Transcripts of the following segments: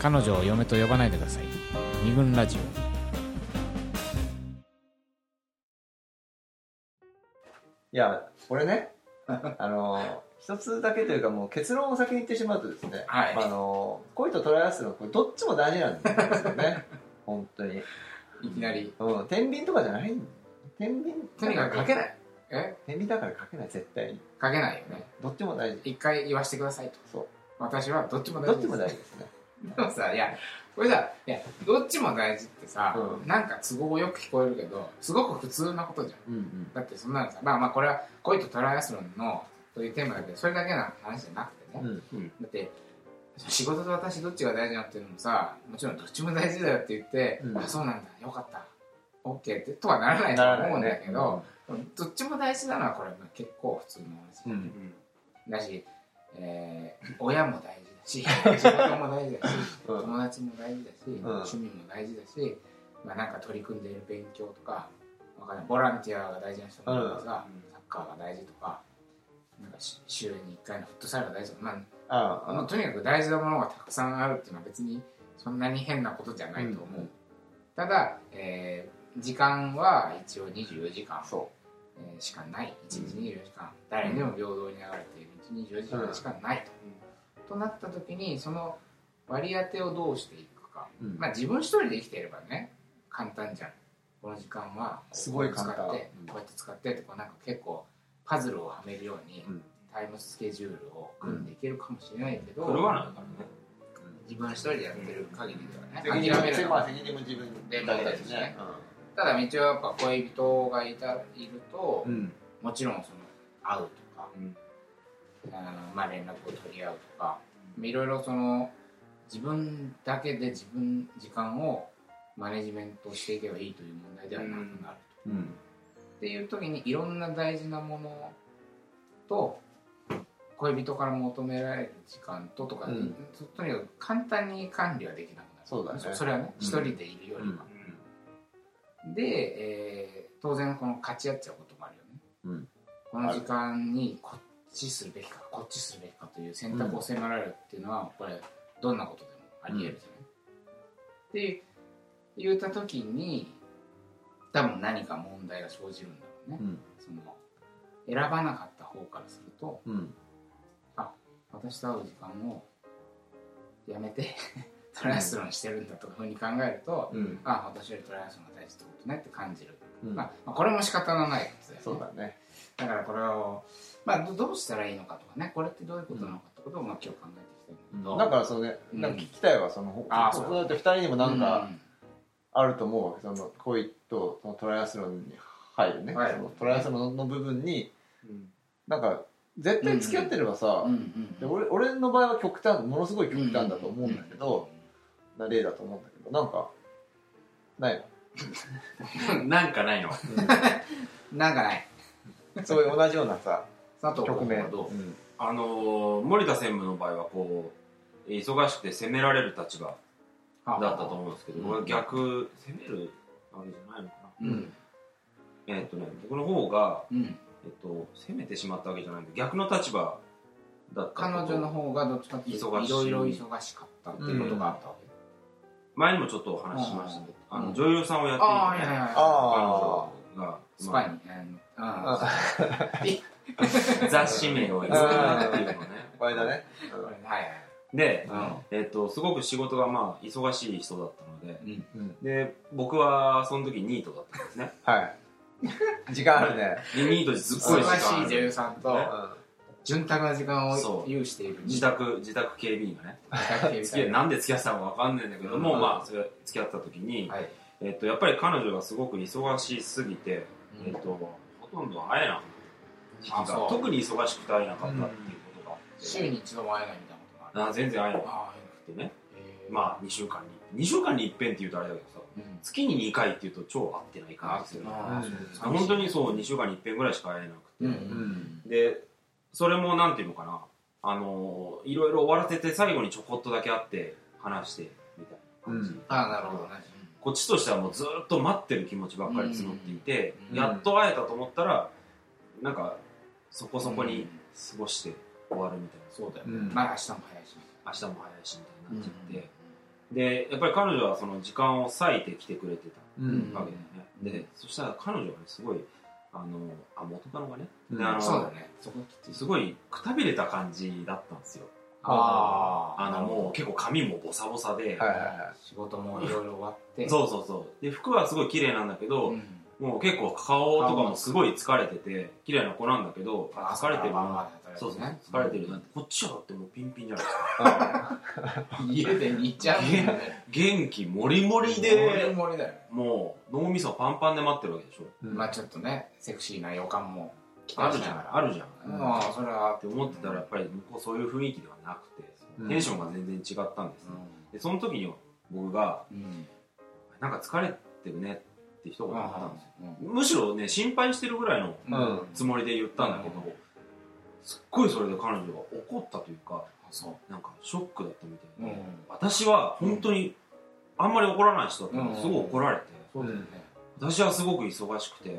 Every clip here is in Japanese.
彼女を嫁と呼ばないでください。二軍ラジいや、これね、一つだけというか、もう結論を先に言ってしまうとですね、 はい恋とトライアスロン、これどっちも大事なんですよね。本当に。 いきなり。 天秤とかじゃない。天秤。 とにかく書けない。 天秤だから書けない、絶対に。 書けないよね。 どっちも大事。 一回言わせてくださいと。 そう。 私はどっちも大事です。 どっちも大事ですね。 でもさ、いや、これさ、どっちも大事ってさ、なんか都合よく聞こえるけど、すごく普通なことじゃん。だってそんなのさ、まあこれは恋とトライアスロンのというテーマだけど、それだけの話じゃなくてね。だって仕事と私どっちが大事なっていうのもさ、もちろんどっちも大事だよって言って、あ、そうなんだ、よかった、OK ってとはならないと思うんだけど、どっちも大事なのはこれ結構普通の話だし、親も大事だし、仕事も大事だし、友達も大事だし、趣味も大事だし、まあなんか取り組んでいる勉強とか、わかんない、ボランティアが大事な人もいるからさ、サッカーが大事とか、なんか週に1回のフットサルが大事とか、とにかく大事なものがたくさんあるっていうのは別にそんなに変なことじゃないと思う。ただ、時間は一応24時間しかない。1日24時間、誰にでも平等に流れている1日24時間しかないとなった時に、その割り当てをどうしていくか。まあ自分一人で生きていればね、簡単じゃん。この時間はすごい簡単、 こうやって使ってとか、なんか結構パズルをはめるようにタイムスケジュールを組んでいけるかもしれないけど、 それはないからね。 自分一人でやってる限りではね、諦めるのは責任も自分で大事ですね。ただ一応やっぱ恋人がいると、もちろんその会うとか、まあ連絡を取り合うとか、いろいろその自分だけで時間をマネジメントしていけばいいという問題ではなくなると、っていう時にいろんな大事なものと恋人から求められる時間とかに、とにかく簡単に管理はできなくなる。 そうだね。 それはね、一人でいるよりは。で、当然この勝ち合っちゃうこともあるよね。この時間にこっちするべきかこっちするべきかという選択を迫られるっていうのは、これどんなことでもあり得るじゃない。って言った時に多分何か問題が生じるんだろうね。その選ばなかった方からすると、私と会う時間をやめてトライアスロンしてるんだとかふうに考えると、私よりトライアスロンが大事ってことねって感じる。これも仕方のないことだよね。 そうだね。 だからこれをどうしたらいいのかとかね、これってどういうことなのかってことを今日考えてきたんだけど、 なんかそのね、なんか聞きたいわ、そのそうやって2人にもなんかあると思うわけ。その恋とそのトライアスロンに入るね、そのトライアスロンの部分になんか絶対付き合ってればさ、俺の場合は極端、ものすごい極端だと思うんだけど、な例だと思うんだけど、なんかないのなんかないのなんかない。 そういう同じようなさ局面。 森田専務の場合はこう忙しくて責められる立場だったと思うんですけど、俺逆責めるわけじゃないのかな。僕の方が責めてしまったわけじゃないんで、逆の立場だった。 彼女の方がどっちかっていうといろいろ忙しかったっていうことがあったわけ。 前にもちょっとお話ししましたけど、女優さんをやっている彼女がスパイに雑誌名をやるっていうのね。 これだね。 で、すごく仕事がまあ忙しい人だったので、で僕はその時ニートだったんですね。 はい。時間あるね。 ニートすっごい忙しい女優さんと潤沢な時間を有している自宅警備員がね、なんで付き合ってたのか分かんないんだけども、まあそれ付き合った時に、やっぱり彼女がすごく忙しすぎて、ほとんど会えなかった時期が、特に忙しくて会えなかったっていうことがあって、 週に一度も会えないみたいなこともある。 全然会えなくてね、まあ2週間に一遍って言うとあれだけどさ、月に2回って言うと超会ってない感じする。本当にそう2週間に一遍ぐらいしか会えなくて、でそれもなんていうのかな、いろいろ終わらせて最後にちょこっとだけ会って話してみたいな感じ。 なるほどね。 こっちとしてはもうずっと待ってる気持ちばっかり募っていて、やっと会えたと思ったらなんかそこそこに過ごして終わるみたいな。 そうだよね。まあ明日も早いしみたいなっちゃって、 でやっぱり彼女はその時間を割いてきてくれてたわけだよね、でそしたら彼女がねすごい元カノがね、 そうだね、そこすごいくたびれた感じだったんですよ。もう結構髪もボサボサで、 仕事もいろいろ終わってそうで服はすごい綺麗なんだけど、もう結構顔とかもすごい疲れてて綺麗な子なんだけど、疲れてるな、疲れてるなって、こっちはだってもうピンピンじゃないですか家で煮ちゃう元気もりもりで、もう脳みそパンパンで待ってるわけでしょ。 まあちょっとねセクシーな予感もあるじゃん、 それはって思ってたらやっぱり向こうそういう雰囲気ではなくて、テンションが全然違ったんです、でその時に僕がなんか疲れてるねって一言言ったんですよ、むしろね心配してるぐらいのつもりで言ったんだけど、すっごいそれで彼女が怒ったというか、なんかショックだったみたいで、私は本当にあんまり怒らない人だったのですごい怒られて、私はすごく忙しくて、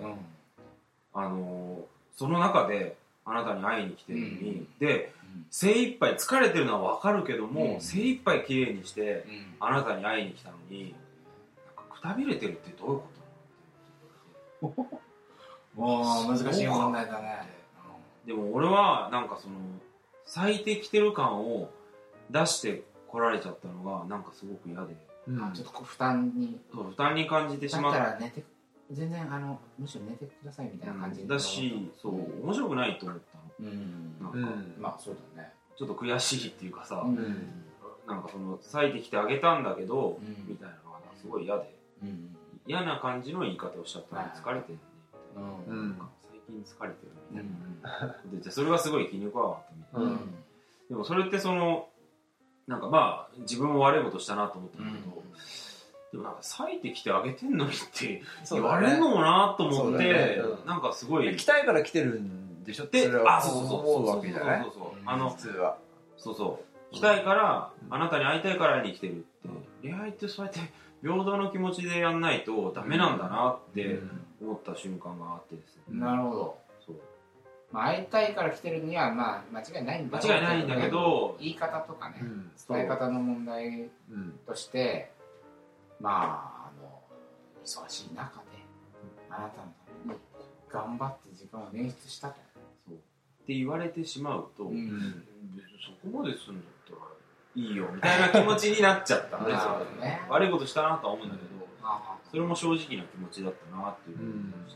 その中であなたに会いに来てるのに、で精一杯疲れてるのは分かるけども、精一杯きれいにしてあなたに会いに来たのに、なんかくたびれてるってどういうことなの？ もう難しい問題だね。 でも俺はなんかその咲いてきてる感を出してこられちゃったのがなんかすごく嫌で、 ちょっと負担に感じてしまった。 だったら寝て全然むしろ寝てくださいみたいな感じだし、そう面白くないと思ったの。なんかまあそうだね。 ちょっと悔しいっていうかさ、なんかその咲いてきてあげたんだけどみたいなのがすごい嫌で、嫌な感じの言い方をしちゃったの。疲れてるねみたいな、最近疲れてるみたいな、でそれがすごい気に食わなかったみたいな。でもそれってそのなんかまあ自分も悪いことしたなと思ったんだけど、でもなんか咲いてきてあげてんのにって言われるのもなと思って、なんかすごい来たいから来てるんでしょって思うわけじゃない？普通は来たいからあなたに会いたいから会いに来てるって、恋愛ってそうやって平等の気持ちでやんないとダメなんだなって思った瞬間があってですね。 なるほど。会いたいから来てるにはまあ間違いないんだけど、 言い方とかね、伝え方の問題として、まあ忙しい中であなたのために頑張って時間を捻出したとって言われてしまうと、そこまでするんだったらいいよみたいな気持ちになっちゃったんですよね。悪いことしたなとは思うんだけど、それも正直な気持ちだったなっていうふうに思いまして。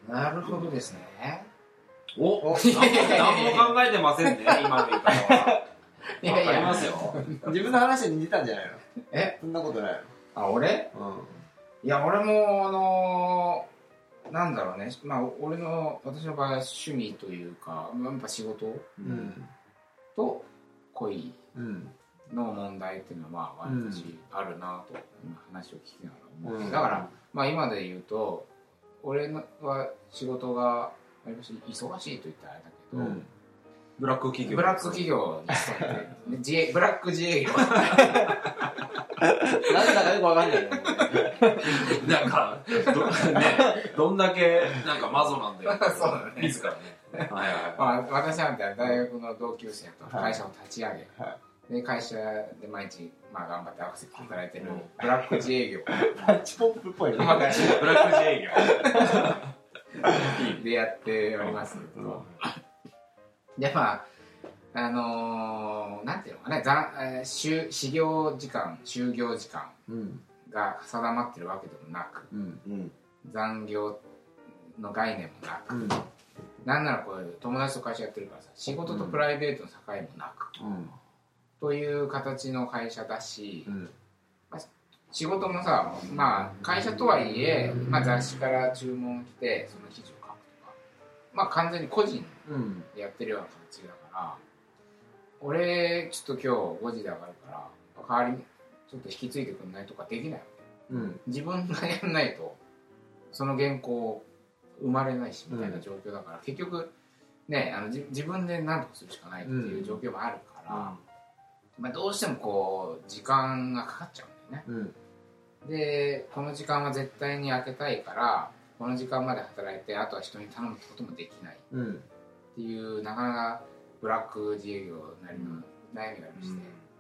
なるほどですね。 何も考えてませんね、今の言い方は。いやいや、ありますよ。 自分の話に似たんじゃないの？そんなことないの？俺？いや、俺もなんだろうね、まあ私の場合は趣味というか、やっぱ仕事と恋の問題っていうのはまあ私あるなと今話を聞きながら思って、だからまあ今で言うと俺は仕事が忙しいと言ったらあれだけど、 ブラック企業に勤めてブラック自営業なんだかよくわかんないよなんかどんだけなんかマゾなんだよそうだね、 自らね。 私なんて大学の同級生と会社を立ち上げ、で会社で毎日頑張って合わせて働いてるブラック自営業タッチポップっぽいね。 ブラック自営業でやっておりますけど、でまあなんていうのかね、就業時間が定まってるわけでもなく、残業の概念もなく、なんならこういう友達と会社やってるからさ、仕事とプライベートの境もなく、という形の会社だし、仕事もさ、まあ会社とはいえ、雑誌から注文来てその記事を書くとか、まあ完全に個人でやってるような形だから、俺ちょっと今日5時で上がるから代わりにちょっと引き継いでくんないとかできないわけ、自分がやんないとその原稿生まれないしみたいな状況だから、結局ね、自分で何とかするしかないっていう状況もあるから、どうしてもこう時間がかかっちゃうんだよね、でこの時間は絶対に空けたいからこの時間まで働いてあとは人に頼むってこともできないっていう、なかなかブラック自営業なりの悩みがありまして、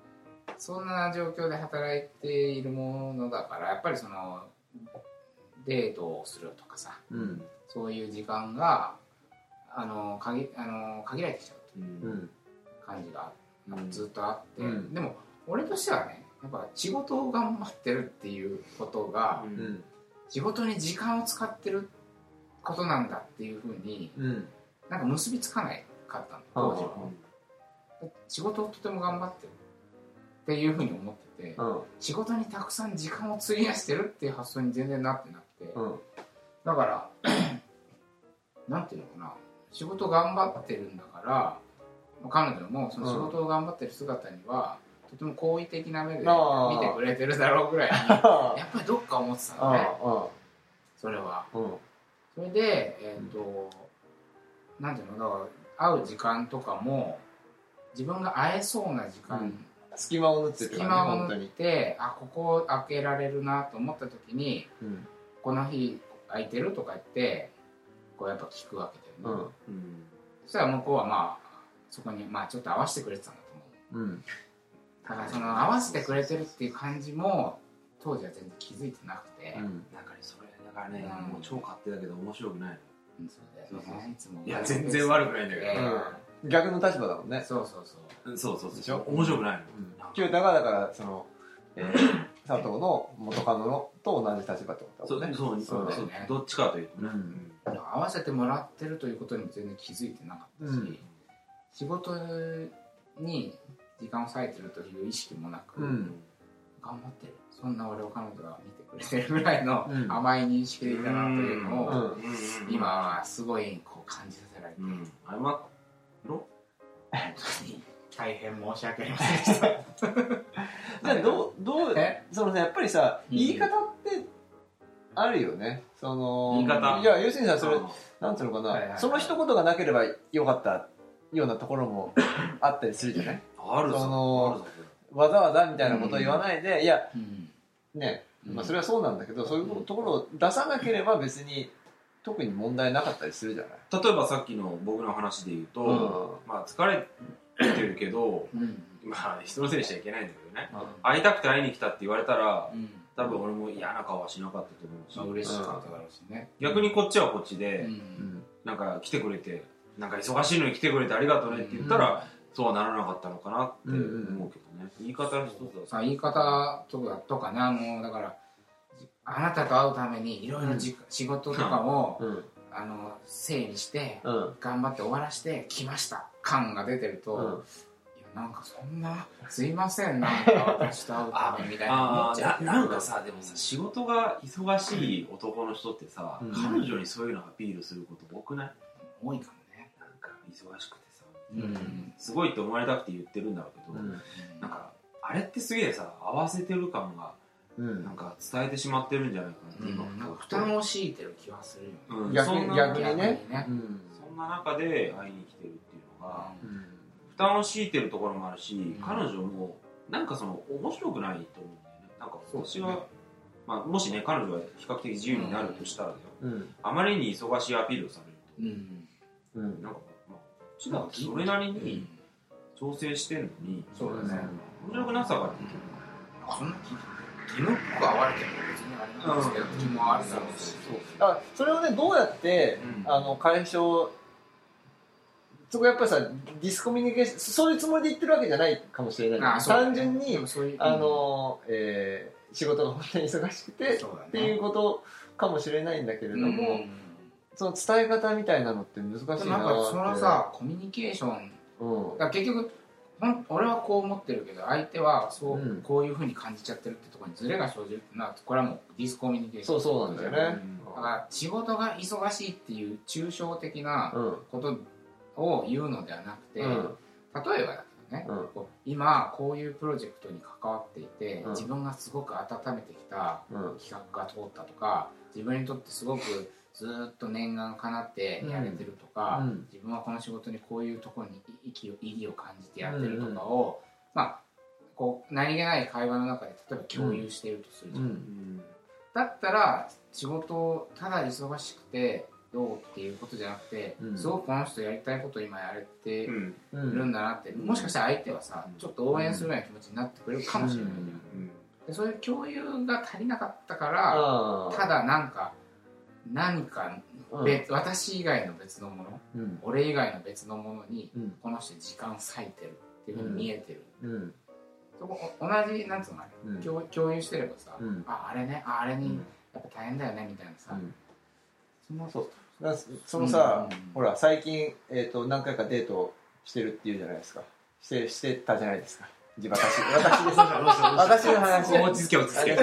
そんな状況で働いているものだからやっぱりそのデートをするとかさ、そういう時間が限られてきちゃうという感じがずっとあって、でも俺としてはねやっぱ仕事を頑張ってるっていうことが、仕事に時間を使ってることなんだっていうふうに、なんか結びつかないかったの当時は。仕事をとても頑張ってるっていうふうに思ってて、仕事にたくさん時間を費やしてるっていう発想に全然なってなくて、だからなんていうのかな、仕事頑張ってるんだから彼女もその仕事を頑張ってる姿には、とても好意的な目で見てくれてるだろうぐらいにやっぱりどっか思ってたのね、それは。それでなんていうの、だから会う時間とかも自分が会えそうな時間、 隙間を縫ってあ、ここ開けられるなと思った時に、この日空いてるとか言ってこうやっぱ聞くわけだよね。そしたら向こうはまあそこにちょっと合わせてくれてたんだと思う。だからその合わせてくれてるっていう感じも当時は全然気づいてなくて、 なんかね、それだからね、もう超勝手だけど面白くないの。 そうだよね、いつも。 いや全然悪くないんだけど、 逆の立場だもんね。 そう面白くないの。 清田がだからその佐藤の元カノと同じ立場ってことだもんね。 そうどっちかというとね、 合わせてもらってるということにも全然気づいてなかったし、仕事に時間を割いてるという意識もなく、頑張ってる、そんな俺を彼女が見てくれてるぐらいの甘い認識でいたなというのを今はすごいこう感じさせられて、 謝ろ本当に大変申し訳ありませんでした。 じゃあどうそのやっぱりさ、言い方ってあるよね。その言い方、 いや要するにさ、それなんていうのかな、その一言がなければよかったようなところもあったりするじゃない。 あるぞ、 わざわざみたいなことを言わないで、いやね、それはそうなんだけど、そういうところを出さなければ別に特に問題なかったりするじゃない。 例えばさっきの僕の話で言うと、疲れてるけど、人のせいにしちゃいけないんだけどね、会いたくて会いに来たって言われたら、多分俺も嫌な顔はしなかったと思うし、 嬉しかっただろうしね。 逆にこっちはこっちで、なんか来てくれて、なんか忙しいのに来てくれてありがとうねって言ったら、そうはならなかったのかなって思うけどね。言い方一つだ。 言い方とかね、だからあなたと会うためにいろいろ仕事とかを整理して頑張って終わらしてきました感が出てると、いやなんかそんなすいません、なんか私と会うためみたいな思っちゃう。 なんかさ、でもさ、仕事が忙しい男の人ってさ、彼女にそういうのアピールすること多くない？ 多いかもね。 なんか忙しくてさ、すごいって思われたくて言ってるんだろうけど、なんかあれってすげえさ、合わせてる感がなんか伝えてしまってるんじゃないかなって今負担を強いてる気はするよね。 逆にね。 そんな中で会いに来てるっていうのが、負担を強いてるところもあるし、彼女もなんかその面白くないと思うんだよね。なんか私はもしね、彼女が比較的自由になるとしたらだよ、あまりに忙しいアピールをされると、なんかそれなりに調整してんのに、 そうだね、 面白くなさが出てる。 そんな気の服合われてるの別にあれなんですけど、気もあるだろうし、 だからそれをね、どうやって解消、そこやっぱりさ、ディスコミュニケーション、そういうつもりで言ってるわけじゃないかもしれない。単純に仕事が本当に忙しくてっていうことかもしれないんだけれども、その伝え方みたいなのって難しいなって。 なんかそのさ、コミュニケーション、だ結局俺はこう思ってるけど相手はこういうふうに感じちゃってるってところにズレが生じるっていうのは、これはもうディスコミュニケーション。 そうなんだよね。 だから仕事が忙しいっていう抽象的なことを言うのではなくて、例えばだけどね、今こういうプロジェクトに関わっていて、自分がすごく温めてきた企画が通ったとか、自分にとってすごくずっと念願かなってやれてるとか、自分はこの仕事にこういうところに意義を感じてやってるとかを、こう何気ない会話の中で例えば共有しているとするじゃん。だったら仕事ただ忙しくてどうっていうことじゃなくて、すごくこの人やりたいことを今やれてるんだなって、もしかしたら相手はさちょっと応援するような気持ちになってくれるかもしれないじゃん、でそういう共有が足りなかったから、ただ何か私以外の別のもの、俺以外の別のものにこの人時間を割いてるっていうふうに見えてる、そこ同じなんつうの共有してればさ、あれねあれにやっぱ大変だよねみたいなさ、 そのさ、ほら最近何回かデートしてるっていうじゃないですか、してたじゃないですか。私です私の話落ち着けどうした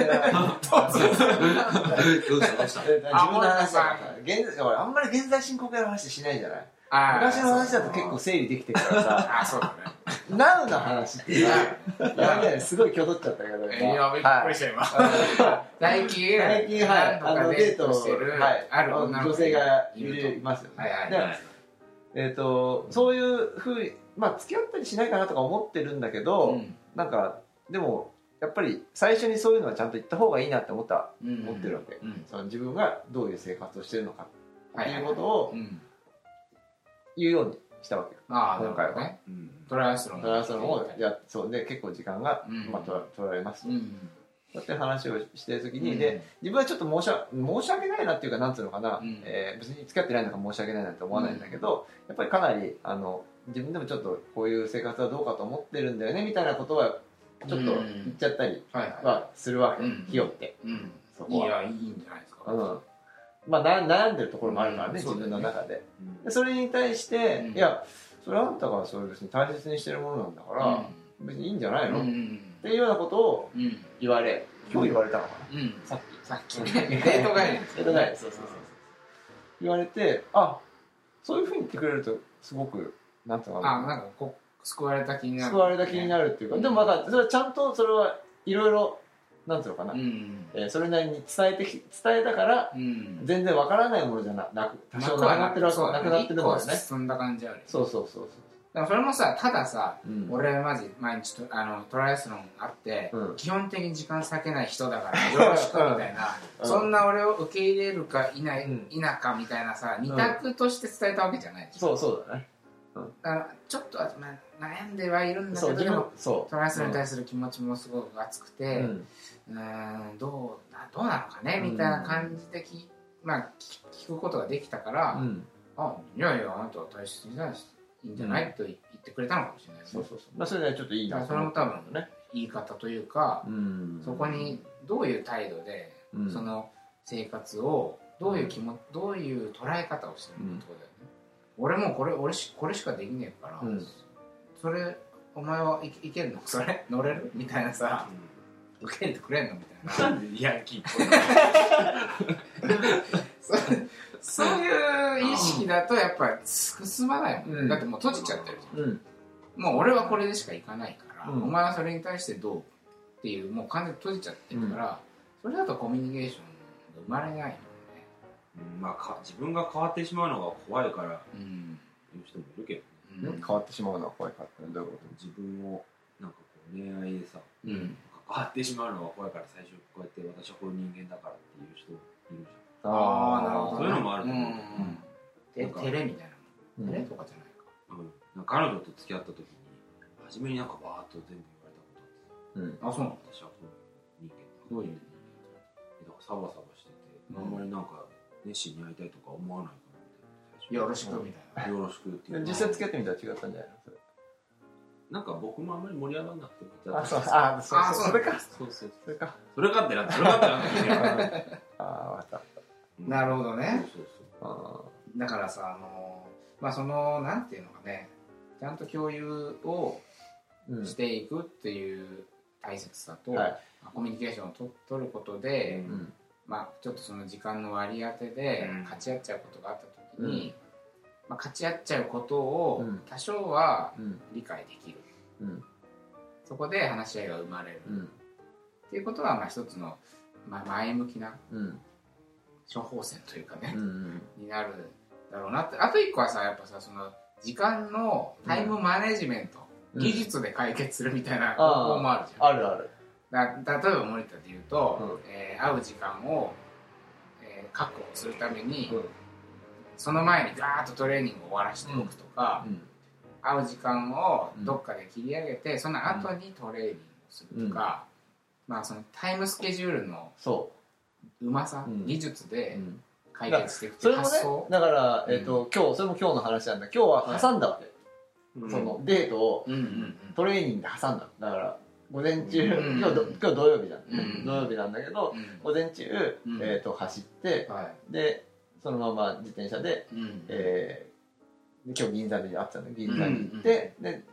自分の話だからあんまり現在進行形の話しないじゃない。昔の話だと結構整理できてるからさ、 そうだね、 ナウの話っていうすごい挙動っちゃったけど、 いやびっくりした今最近デートしてるある女性がいますよね。そういうふうに付き合ったりしないかなとか思ってるんだけど、なんかでもやっぱり最初にそういうのはちゃんと言った方がいいなって思ってるわけ、その自分がどういう生活をしてるのかっていうことを言うようにしたわけよ、今回はね。 トライアスロンをそうで結構時間が取られますと、だって話をしてる時に、で自分はちょっと申し訳ないなっていうか、なんつうのかな、別に付き合ってないのか申し訳ないなんて思わないんだけど、やっぱりかなり自分でもちょっとこういう生活はどうかと思ってるんだよねみたいなことはちょっと言っちゃったりはするわけ、ひよって、そこは。 いやいいんじゃないですか。 悩んでるところもあるからね、自分の中で。それに対して、いやそれあんたがそれ別に大切にしてるものなんだから、別にいいんじゃないの、っていうようなことを言われ、今日言われたのかな、 さっきデート帰りそう言われて、そういうふうに言ってくれるとすごくなんていうのかな、 なんか救われた気になるっていうか、でもそれはちゃんとそれはいろいろなんていうのかな、それなりに伝えたから、全然わからないものじゃなく多少なくなってるわけ、なくなってるもんね。 進んだ感じある。 そうだからそれもさ、たださ、俺マジ毎日トライアスロンあって、基本的に時間割けない人だからよろしくみたいな、そんな俺を受け入れるか否かみたいなさ、二択として伝えたわけじゃない。 そうだね。 だからちょっと悩んではいるんだけど、でもトライアスロンに対する気持ちもすごく熱くて、どうなのかねみたいな感じで聞くことができたから、いやあなたは大切にいいんじゃない、と言ってくれたのかもしれないですね。 それでちょっといいな。 それも多分言い方というか、そこにどういう態度でその生活をどういう捉え方をしてるのってことだよね。俺もこれしかできねえから、それお前はいけるの、それ乗れるみたいなさ、受け入れてくれんのみたいな。 なんでヤンキーそういう意識だとやっぱり進まないもん、だってもう閉じちゃってるじゃん、もう俺はこれでしか行かないから、お前はそれに対してどうっていう、もう完全に閉じちゃってるから、それだとコミュニケーションが生まれないもんね。 自分が変わってしまうのが怖いから言う人もいるけどね。 変わってしまうのは怖いからってどういうこと？ 自分をなんか恋愛でさ、変わってしまうのが怖いから最初こうやって私はこういう人間だからっていう人いるじゃん。 なるほど、 そういうのもあると思う。 照れみたいな照れとかじゃないか。 彼女と付き合った時に初めになんかバーッと全部言われたことあって、 そうなの？ 私はそういう人間だ。 どういう人間だからサバサバしてて、あんまりなんか熱心に会いたいとか思わないからみたいな。 よろしくみたいな。 よろしくっていう。 実際付き合ってみたら違ったんじゃないの？ なんか僕もあんまり盛り上がらなくてそれかそれかってなんだ分かった。 なるほどね。だからさ、そのなんていうのかね、ちゃんと共有をしていくっていう大切さと、コミュニケーションを取ることで、ちょっとその時間の割り当てで勝ち合っちゃうことがあった時に、勝ち合っちゃうことを多少は理解できる、そこで話し合いが生まれる、っていうことは一つの前向きな処方箋というかね、になるだろうなって。あと一個はさ、やっぱさ、その時間のタイムマネジメント、技術で解決するみたいな方法もあるじゃん。 ある。 例えば森田で言うと、会う時間を確保するために、 その前にガーッとトレーニングを終わらしておくとか、会う時間をどっかで切り上げて、その後にトレーニングをするとか、まあそのタイムスケジュールのうまさ、技術で解決していくっていう発想。 それもね、だから今日それも今日の話なんだ。今日は挟んだわけ。そのデートをトレーニングで挟んだ。だから午前中、今日土曜日土曜日なんだけど、午前中走って、でそのまま自転車で今日銀座で会ってたんで銀座に行って、で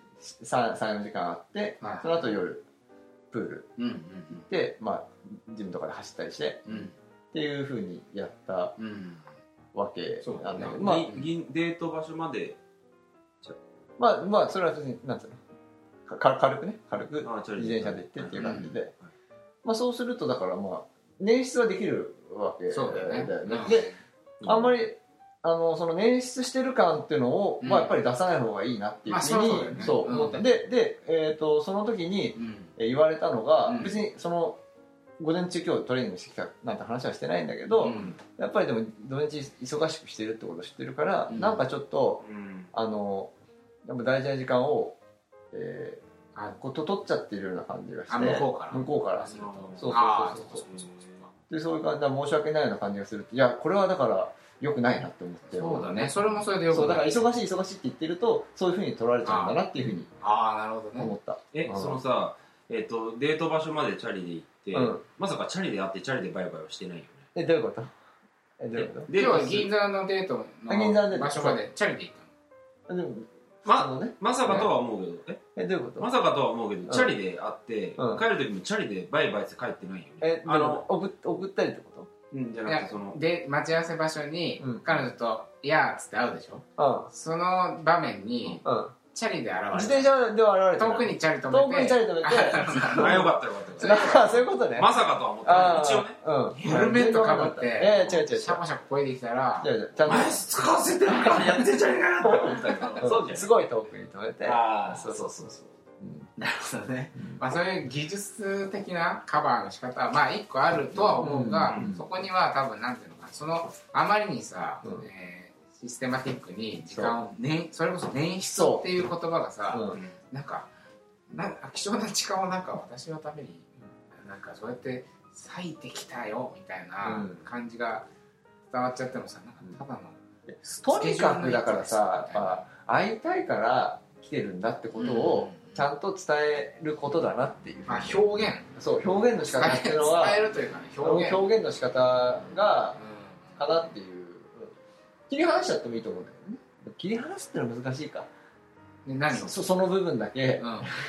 3,4 時間あって、その後夜プール行って、まあジムとかで走ったりして、っていうふうにやったわけなんだけど、まあデート場所までまあそれはなんつうの軽く自転車で行ってっていう感じで、まあそうするとだからまあ捻出はできるわけだよね。であんまりその捻出してる感っていうのをやっぱり出さない方がいいなっていうふうにそう思って、でその時に言われたのが、別にその午前中今日トレーニングしてきたなんて話はしてないんだけど、やっぱりでも土日忙しくしてるってことを知ってるから、なんかちょっとやっぱ大事な時間を取っちゃってるような感じがして、向こうからするとでそういう感じで申し訳ないような感じがする。いやこれはだから良くないなって思って。 そうだね、それもそれでよくない。 だから忙しいって言ってるとそういうふうに取られちゃうんだなっていうふうに思った。 そのさデート場所までチャリで行って、まさかチャリで会ってチャリでバイバイはしてないよね。 どういうこと？ 今日は銀座のデートの場所までチャリで行ったの。 まさかとは思うけど、 どういうこと？ まさかとは思うけど、チャリで会って帰る時もチャリでバイバイって帰ってないよね。 送ったりってこと？ じゃなくてそので待ち合わせ場所に彼女と「いや」っつって会うでしょ。その場面にチャリで現れる。 自転車では現れる。 遠くにチャリ止めて。 あ、よかったそういうことね。 まさかとは思った一応ね。ヘルメットかぶって違うシャコシャコ越えてきたら 「お前使わせてるからやめてんじゃねえかよ」って思ったけど、そうじゃん。 すごい遠くに止めて。 そうなるほどね。まあそういう技術的なカバーの仕方はまあ一個あるとは思うが、そこには多分なんていうのかな、そのあまりにさシステマティックに時間をそれこそ捻出っていう言葉がさ、なんか貴重な時間をなんか私のためになんかそうやって割いてきたよみたいな感じが伝わっちゃってもさ、なんかただのとにかくだからさ、やっぱ会いたいから来てるんだってことをちゃんと伝えることだなっていう。 表現。 そう、表現の仕方っていうのは伝えるというかね、 表現の仕方がかなっていう。切り離しちゃってもいいと思うんだけどね。切り離すってのは難しいか。 何を？ その部分だけ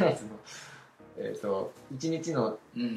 一日の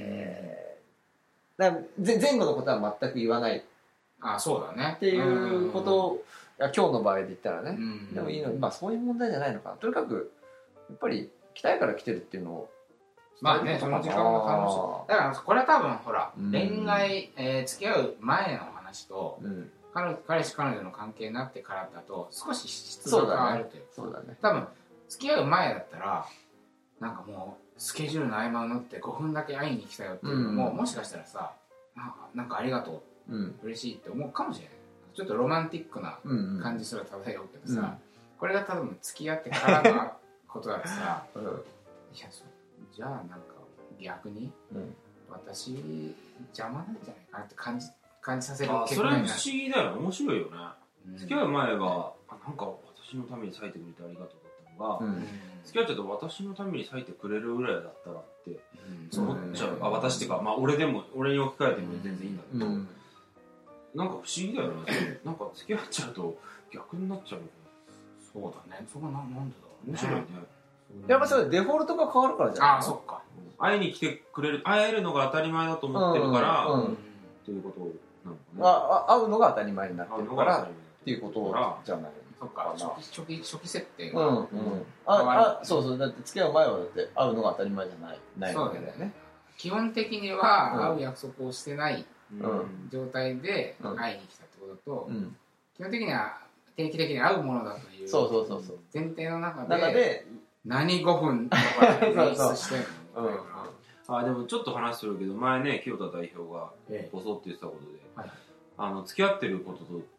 前後のことは全く言わない。 そうだね。 っていうことを今日の場合で言ったらね。でもいいのに、まあそういう問題じゃないのかな。とにかくやっぱり来たいから来てるっていうのを。 まあね、その時間が楽しい。だからこれは多分ほら恋愛付き合う前の話と。彼氏彼女の関係になってからだと少し質が変わるという。 そうだね。 多分付き合う前だったらなんかもうスケジュールの合間を縫って5分だけ会いに来たよっていうのも、もしかしたらさなんかありがとう、嬉しいって思うかもしれない。ちょっとロマンティックな感じすら漂うけどさ、これが多分付き合ってからのことだとさ、いやじゃあなんか逆に私邪魔なんじゃないかなって感じさせる。 それ不思議だよね。面白いよね。付き合う前がなんか私のために割いてくれてありがとうだったのが、付き合っちゃうと私のために割いてくれるぐらいだったらって思っちゃう。私っていうか、まあ俺に置き換えても全然いいんだけど、なんか不思議だよね。なんか付き合っちゃうと逆になっちゃうのかな。 そうだね。そこなんでだろうね。 面白いね。 やっぱそれデフォルトが変わるからじゃない？ そっか。 会いに来てくれる、会えるのが当たり前だと思ってるからっていうことなのかな。会うのが当たり前になってるからっていうことじゃない。 そっか。初期設定が。そうだって付き合う前はだって会うのが当たり前じゃないわけだよね。 基本的には会う約束をしてない状態で会いに来たってことと、基本的には定期的に会うものだという前提の中で何5分とか演出してるの。 でもちょっと話するけど、前ね清田代表がボソって言ってたことで、付き合ってることと付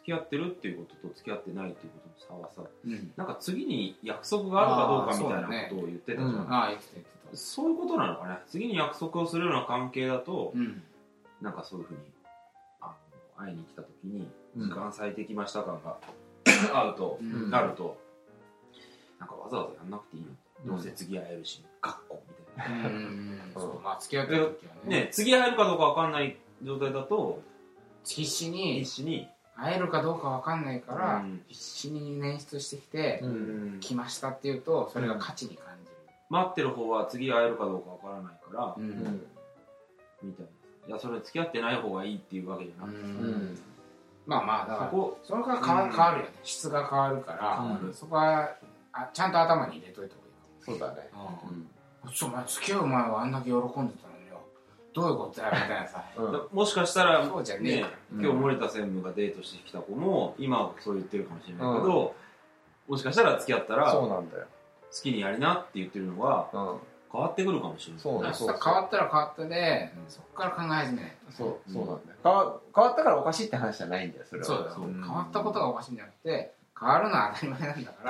き合ってるっていうことと付き合ってないっていうことの差はさ、なんか次に約束があるかどうかみたいなことを言ってたじゃん。そういうことなのかね。次に約束をするような関係だと、なんかそういうふうに会いに来た時に時間割いてきました感があると、なんかわざわざやんなくていいの、どうせ次会えるし学校みたいな。 まあ付き合ってる時はね、次会えるかどうかわかんない状態だと必死に会えるかどうかわかんないから、必死に捻出してきて、来ましたっていうとそれが価値に感じる。 待ってる方は次会えるかどうかわからないから、みたいな。いやそれ付き合ってない方がいいっていうわけじゃなくて、 まあだからそれから変わるよね、質が変わるから、そこはちゃんと頭に入れといた方がいいかも。そうだね。付き合う前はあんだけ喜んでたのによ、どういうことだよみたいなさ。 もしかしたらね、今日森田専務がデートしてきた子も今はそう言ってるかもしれないけど、もしかしたら付き合ったら好きにやりなって言ってるのが変わってくるかもしれない。 変わったら変わったで、そこから考え始めない。 そうなんだよ。変わったからおかしいって話じゃないんだよ、それは。 そうだよ。変わったことがおかしいんじゃなくて、変わるのは当たり前なんだから、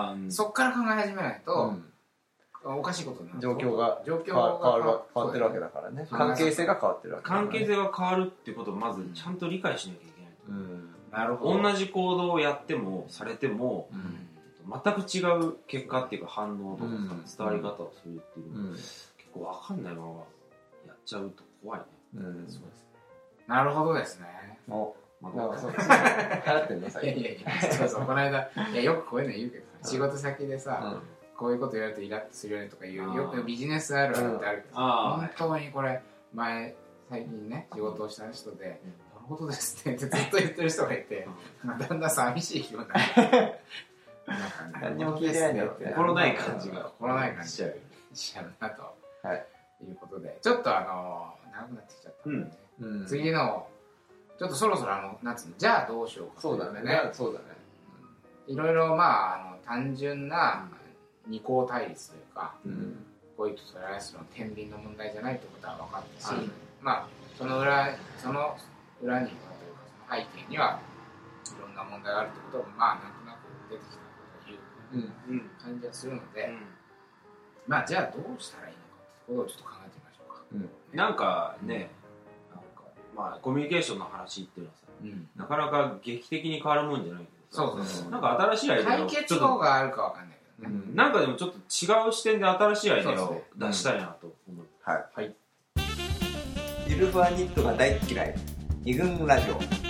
そこから考え始めないとおかしいことになる。 状況が変わってるわけだからね。関係性が変わってるわけだからね。 関係性が変わるってことをまずちゃんと理解しなきゃいけない。 なるほど。 同じ行動をやってもされても全く違う結果っていうか反応とか伝わり方をするっていうの結構分かんないままやっちゃうと怖いね。 そうです。なるほどですね。 流行ってんの最近。 いやそうこの間よくこういうの言うけど、仕事先でさ、こういうこと言われるとイラッとするよねとかいうよくビジネスあるあるってあるけど、本当にこれ最近ね仕事をした人で、なるほどですねってずっと言ってる人がいて、だんだん寂しい気分になる。 何にも聞いてないんだよって。 心ない感じしちゃうなということで、ちょっと長くなってきちゃったので、次のちょっとそろそろなんつうの、じゃあどうしようか。 そうだね。 いろいろ単純な二項対立というか、恋とトライアスロン天秤の問題じゃないってことは分かったし、その裏にはというかその背景にはいろんな問題があるってこともなんとなく出てきたという感じがするので、じゃあどうしたらいいのかってことをちょっと考えてみましょうか。 なんかね、コミュニケーションの話っていうのはさ、なかなか劇的に変わるもんじゃないけどさ、なんか新しいアイデアを解決法があるかわかんないけどね、 なんかでもちょっと違う視点で新しいアイデアを出したいなと思う。 ゆるふわニットが大嫌い2軍ラジオ。